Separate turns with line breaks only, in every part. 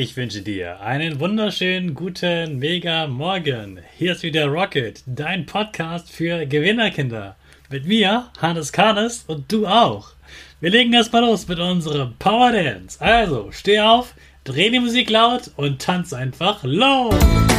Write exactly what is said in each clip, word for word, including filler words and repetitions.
Ich wünsche dir einen wunderschönen, guten, mega Morgen. Hier ist wieder Rocket, dein Podcast für Gewinnerkinder. Mit mir, Hannes Karnes, und du auch. Wir legen erstmal los mit unserem Power Dance. Also, steh auf, dreh die Musik laut und tanz einfach los.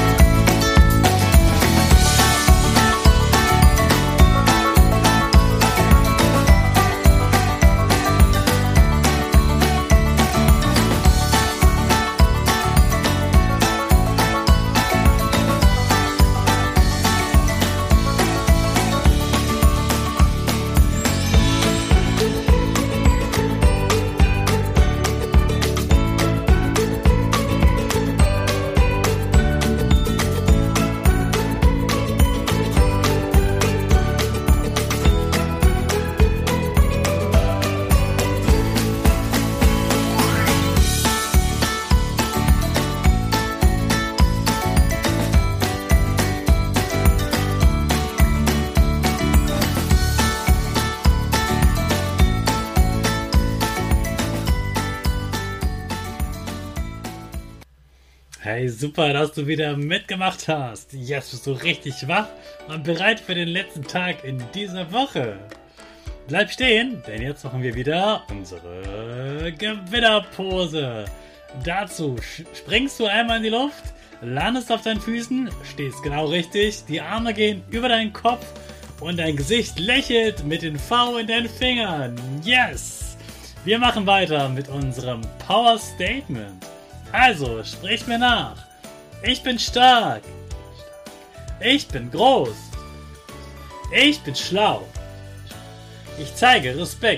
Hey, super, dass du wieder mitgemacht hast. Jetzt bist du richtig wach und bereit für den letzten Tag in dieser Woche. Bleib stehen, denn jetzt machen wir wieder unsere Gewinnerpose. Dazu springst du einmal in die Luft, landest auf deinen Füßen, stehst genau richtig, die Arme gehen über deinen Kopf und dein Gesicht lächelt mit den V in deinen Fingern. Yes! Wir machen weiter mit unserem Power Statement. Also, sprich mir nach. Ich bin stark. Ich bin groß. Ich bin schlau. Ich zeige Respekt.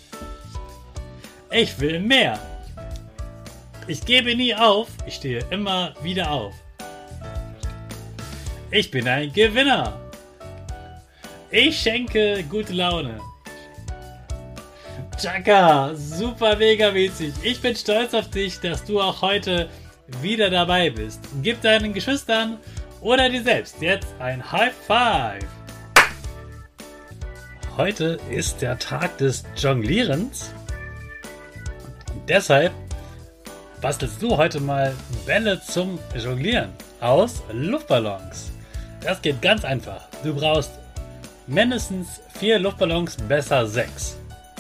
Ich will mehr. Ich gebe nie auf. Ich stehe immer wieder auf. Ich bin ein Gewinner. Ich schenke gute Laune. Chaka, super mega mäßig. Ich bin stolz auf dich, dass du auch heute wieder dabei bist. Gib deinen Geschwistern oder dir selbst jetzt ein High Five. Heute ist der Tag des Jonglierens. Deshalb bastelst du heute mal Bälle zum Jonglieren aus Luftballons. Das geht ganz einfach. Du brauchst mindestens vier Luftballons, besser sechs.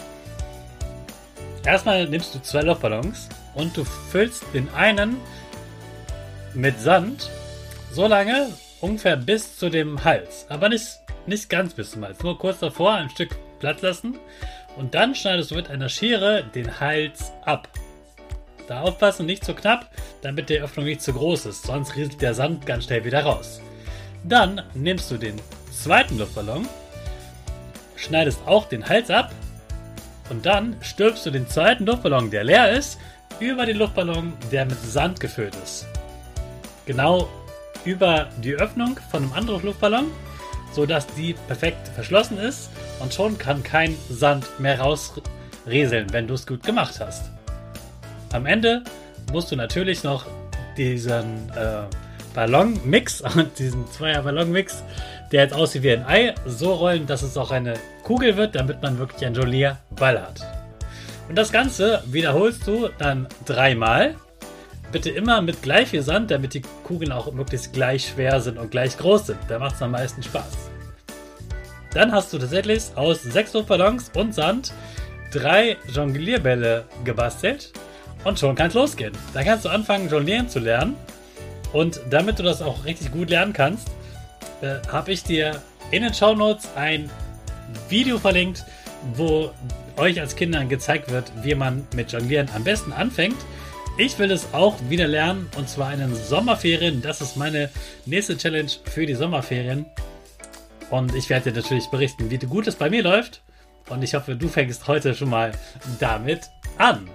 Erstmal nimmst du zwei Luftballons und du füllst den einen mit Sand, so lange ungefähr bis zu dem Hals. Aber nicht, nicht ganz bis zum Hals, nur kurz davor ein Stück Platz lassen. Und dann schneidest du mit einer Schere den Hals ab. Da aufpassen, nicht zu knapp, damit die Öffnung nicht zu groß ist, sonst rieselt der Sand ganz schnell wieder raus. Dann nimmst du den zweiten Luftballon, schneidest auch den Hals ab. Und dann stülpst du den zweiten Luftballon, der leer ist, über den Luftballon, der mit Sand gefüllt ist. Genau über die Öffnung von einem anderen Luftballon, sodass die perfekt verschlossen ist und schon kann kein Sand mehr rausrieseln, wenn du es gut gemacht hast. Am Ende musst du natürlich noch diesen äh, Ballonmix, diesen Zweier-Ballonmix, der jetzt aussieht wie ein Ei, so rollen, dass es auch eine Kugel wird, damit man wirklich einen Jonglierball hat. Und das Ganze wiederholst du dann dreimal. Bitte immer mit gleich viel Sand, damit die Kugeln auch möglichst gleich schwer sind und gleich groß sind. Da macht es am meisten Spaß. Dann hast du tatsächlich aus sechs Luftballons und Sand drei Jonglierbälle gebastelt und schon kann es losgehen. Dann kannst du anfangen, jonglieren zu lernen. Und damit du das auch richtig gut lernen kannst, äh, habe ich dir in den Shownotes ein Video verlinkt, wo euch als Kindern gezeigt wird, wie man mit Jonglieren am besten anfängt. Ich will es auch wieder lernen, und zwar in den Sommerferien. Das ist meine nächste Challenge für die Sommerferien. Und ich werde dir natürlich berichten, wie gut es bei mir läuft. Und ich hoffe, du fängst heute schon mal damit an.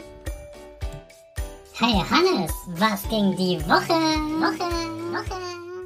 Hey Hannes, was ging die Woche? Woche, Woche.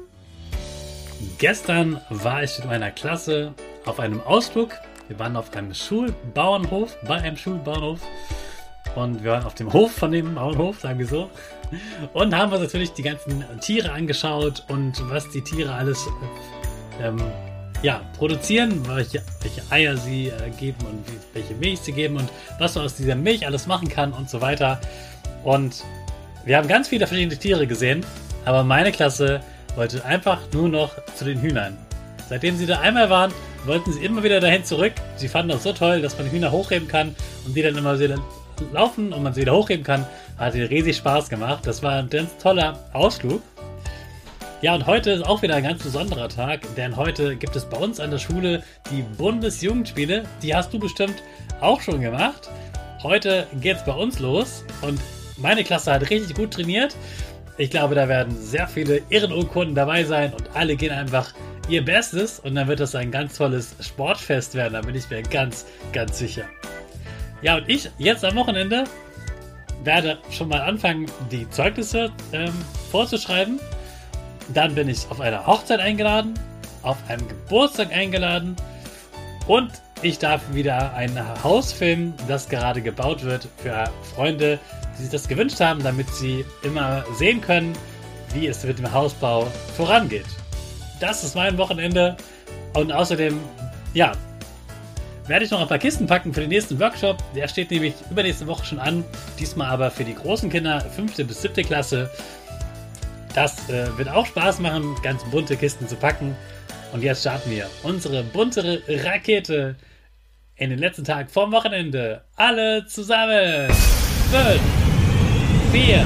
Gestern war ich mit meiner Klasse auf einem Ausflug. Wir waren auf einem Schulbauernhof, bei einem Schulbauernhof. Und wir waren auf dem Hof von dem Bauernhof, sagen wir so. Und haben uns natürlich die ganzen Tiere angeschaut und was die Tiere alles ähm, ja, produzieren, welche, welche Eier sie äh, geben und wie, welche Milch sie geben und was man aus dieser Milch alles machen kann und so weiter. Und Wir haben ganz viele verschiedene Tiere gesehen, aber meine Klasse wollte einfach nur noch zu den Hühnern. Seitdem sie da einmal waren, wollten sie immer wieder dahin zurück. Sie fanden das so toll, dass man Hühner hochheben kann und die dann immer wieder laufen und man sie wieder hochheben kann. Hat ihnen riesig Spaß gemacht. Das war ein ganz toller Ausflug. Ja, und heute ist auch wieder ein ganz besonderer Tag, denn heute gibt es bei uns an der Schule die Bundesjugendspiele. Die hast du bestimmt auch schon gemacht. Heute geht's bei uns los und meine Klasse hat richtig gut trainiert. Ich glaube, da werden sehr viele Ehrenurkunden dabei sein und alle gehen einfach ihr Bestes und dann wird das ein ganz tolles Sportfest werden, da bin ich mir ganz, ganz sicher. Ja, und ich jetzt am Wochenende werde schon mal anfangen, die Zeugnisse ähm, vorzuschreiben. Dann bin ich auf einer Hochzeit eingeladen, auf einem Geburtstag eingeladen und ich darf wieder ein Haus filmen, das gerade gebaut wird für Freunde, die sich das gewünscht haben, damit sie immer sehen können, wie es mit dem Hausbau vorangeht. Das ist mein Wochenende und außerdem, ja, werde ich noch ein paar Kisten packen für den nächsten Workshop. Der steht nämlich übernächste Woche schon an, diesmal aber für die großen Kinder, fünfte bis siebte Klasse. Das äh, wird auch Spaß machen, ganz bunte Kisten zu packen. Und jetzt starten wir unsere buntere Rakete in den letzten Tag vom Wochenende. Alle zusammen. fünf, vier,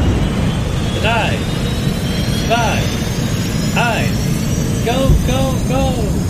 drei, zwei, eins. Go, go, go!